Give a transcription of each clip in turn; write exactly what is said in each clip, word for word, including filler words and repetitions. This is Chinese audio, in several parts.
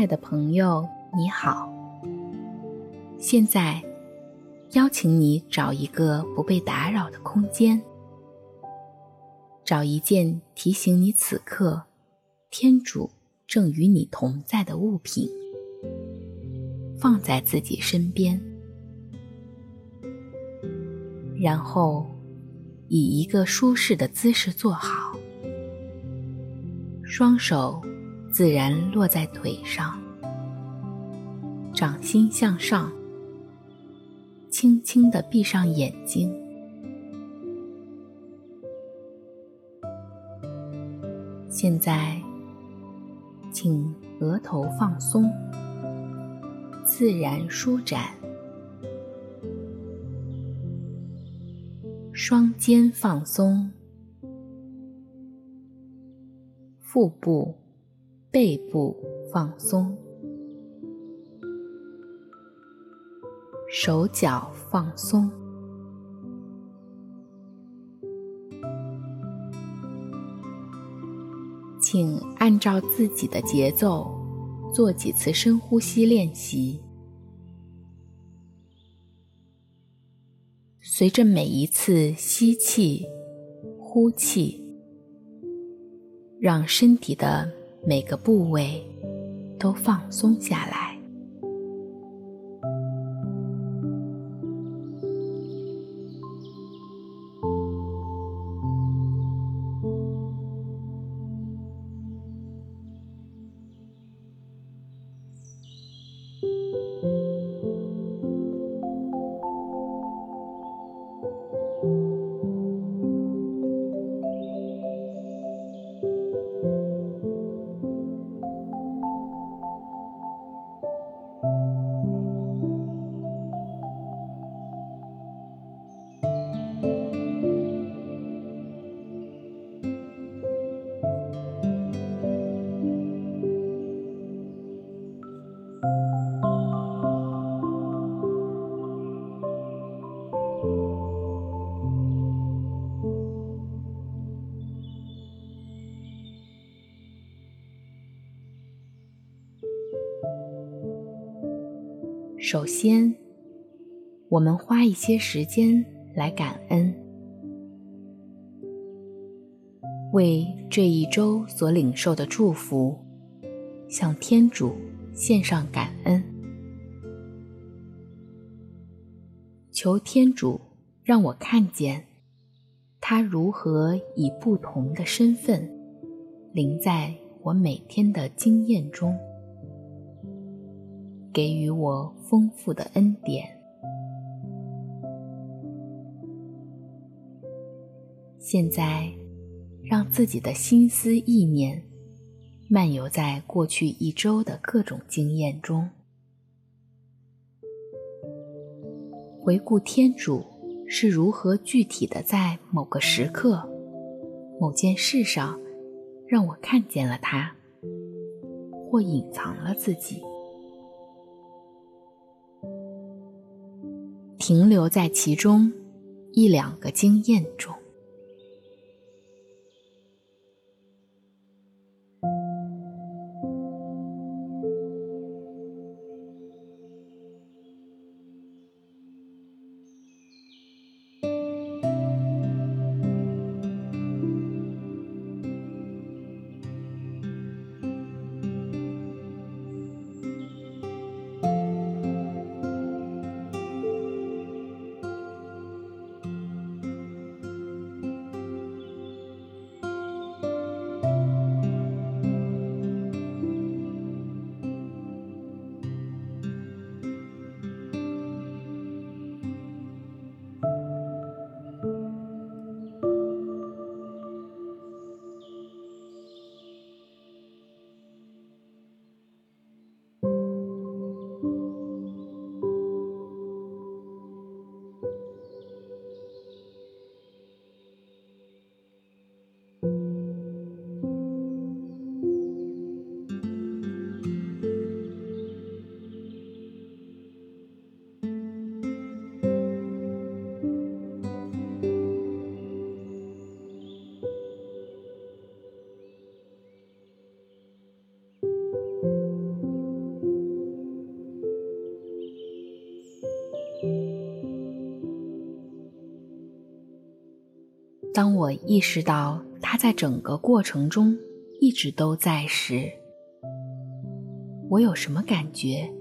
的朋友，你好。现在，邀请你找一个不被打扰的空间，找一件提醒你此刻天主正与你同在的物品，放在自己身边，然后以一个舒适的姿势坐好，双手自然落在腿上，掌心向上，轻轻地闭上眼睛。现在，请额头放松，自然舒展，双肩放松，腹部、背部放松，手脚放松。请按照自己的节奏做几次深呼吸练习，随着每一次吸气、呼气，让身体的每个部位都放松下来。首先，我们花一些时间来感恩，为这一周所领受的祝福，向天主献上感恩，求天主让我看见他如何以不同的身份临在我每天的经验中，给予我丰富的恩典。现在，让自己的心思意念漫游在过去一周的各种经验中，回顾天主是如何具体的在某个时刻、某件事上让我看见了他，或隐藏了自己。停留在其中一两个经验中。 当我意识到它在整个过程中一直都在时，我有什么感觉？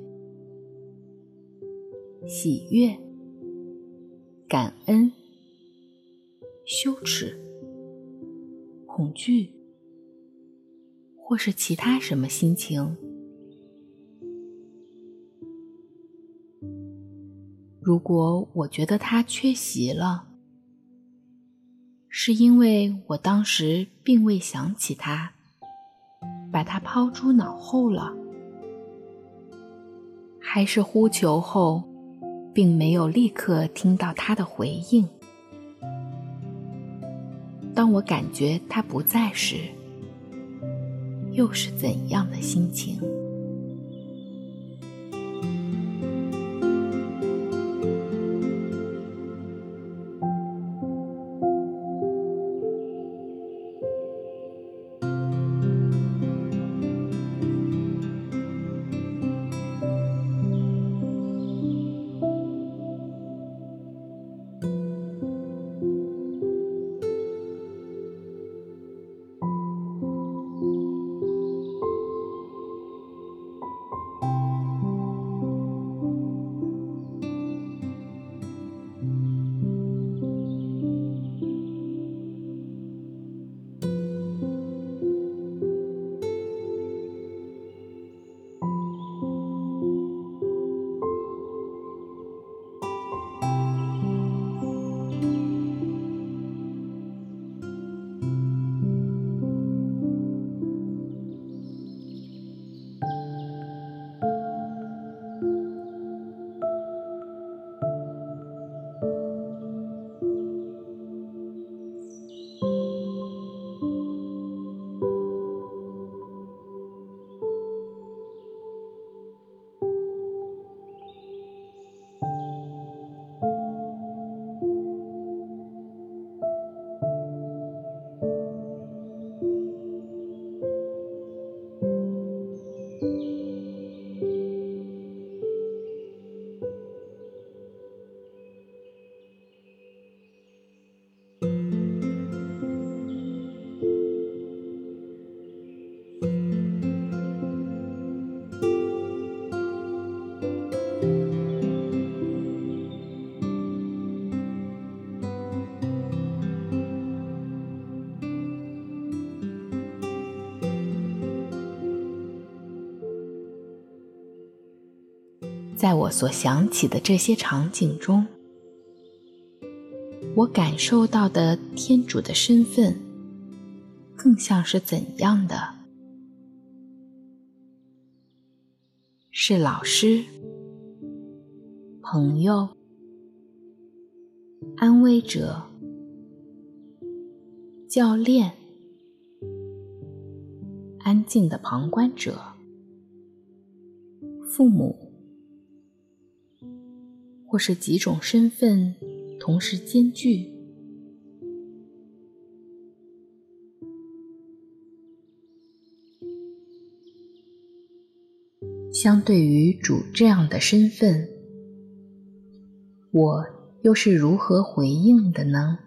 喜悦、感恩、羞耻、恐惧，或是其他什么心情？如果我觉得它缺席了，是因为我当时并未想起它，把它抛诸脑后了，还是呼求后并没有立刻听到它的回应？当我感觉它不在时，又是怎样的心情？在我所想起的这些场景中，我感受到的天主的身份更像是怎样的？是老师、朋友、安慰者、教练、安静的旁观者、父母，或是几种身份同时兼具？相对于主这样的身份，我又是如何回应的呢？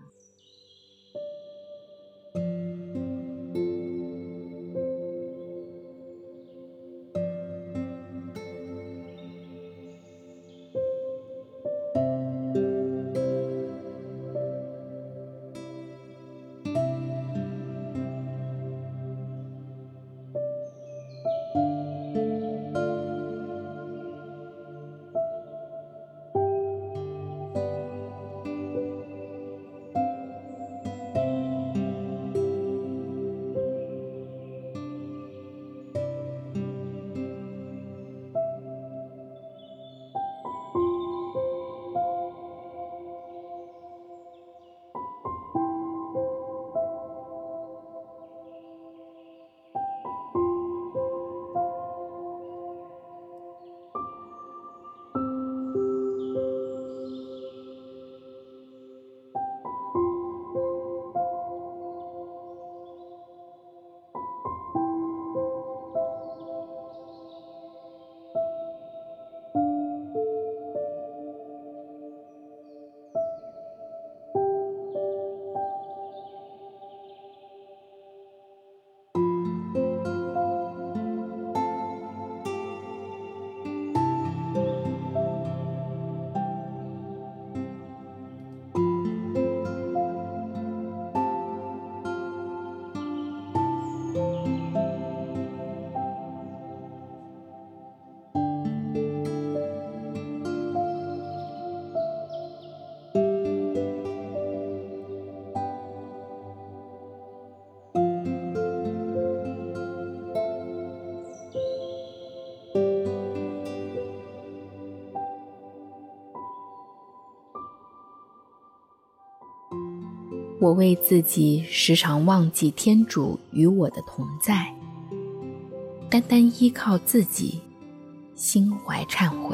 我为自己时常忘记天主与我的同在，单单依靠自己，心怀忏悔。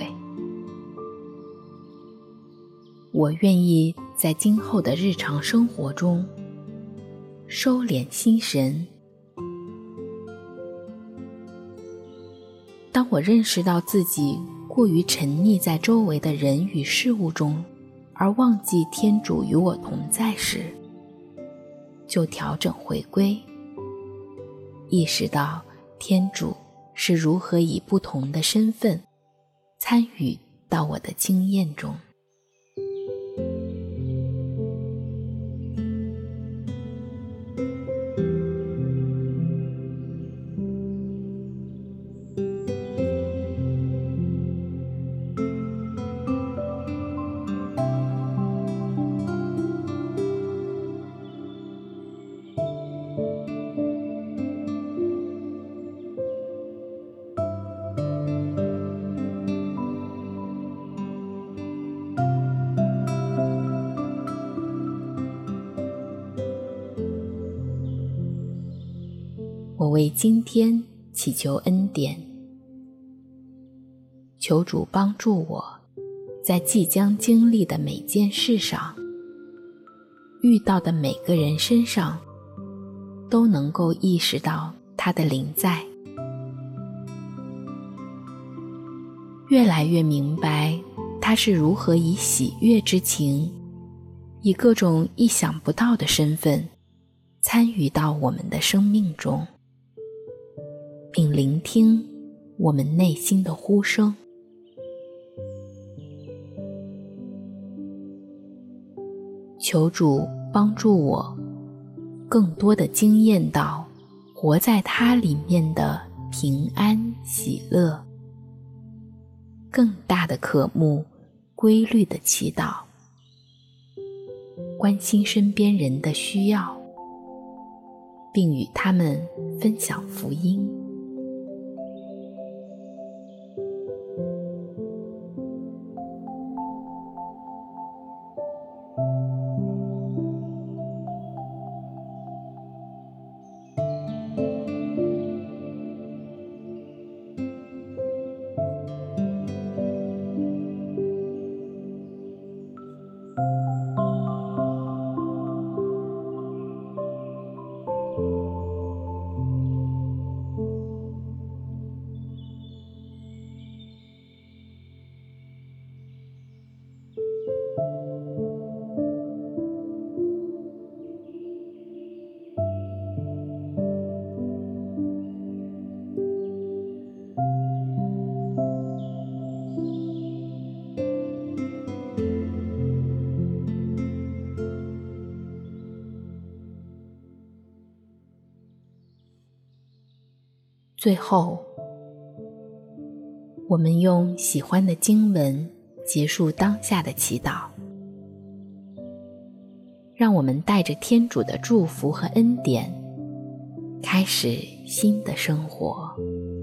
我愿意在今后的日常生活中收敛心神。当我认识到自己过于沉溺在周围的人与事物中，而忘记天主与我同在时，就调整回归，意识到天主是如何以不同的身份参与到我的经验中。我为今天祈求恩典，求主帮助我，在即将经历的每件事上，遇到的每个人身上，都能够意识到他的临在，越来越明白他是如何以喜悦之情，以各种意想不到的身份参与到我们的生命中，并聆听我们内心的呼声。求主帮助我更多地经验到活在它里面的平安喜乐，更大的渴慕规律的祈祷，关心身边人的需要，并与他们分享福音。最后，我们用喜欢的经文结束当下的祈祷，让我们带着天主的祝福和恩典，开始新的生活。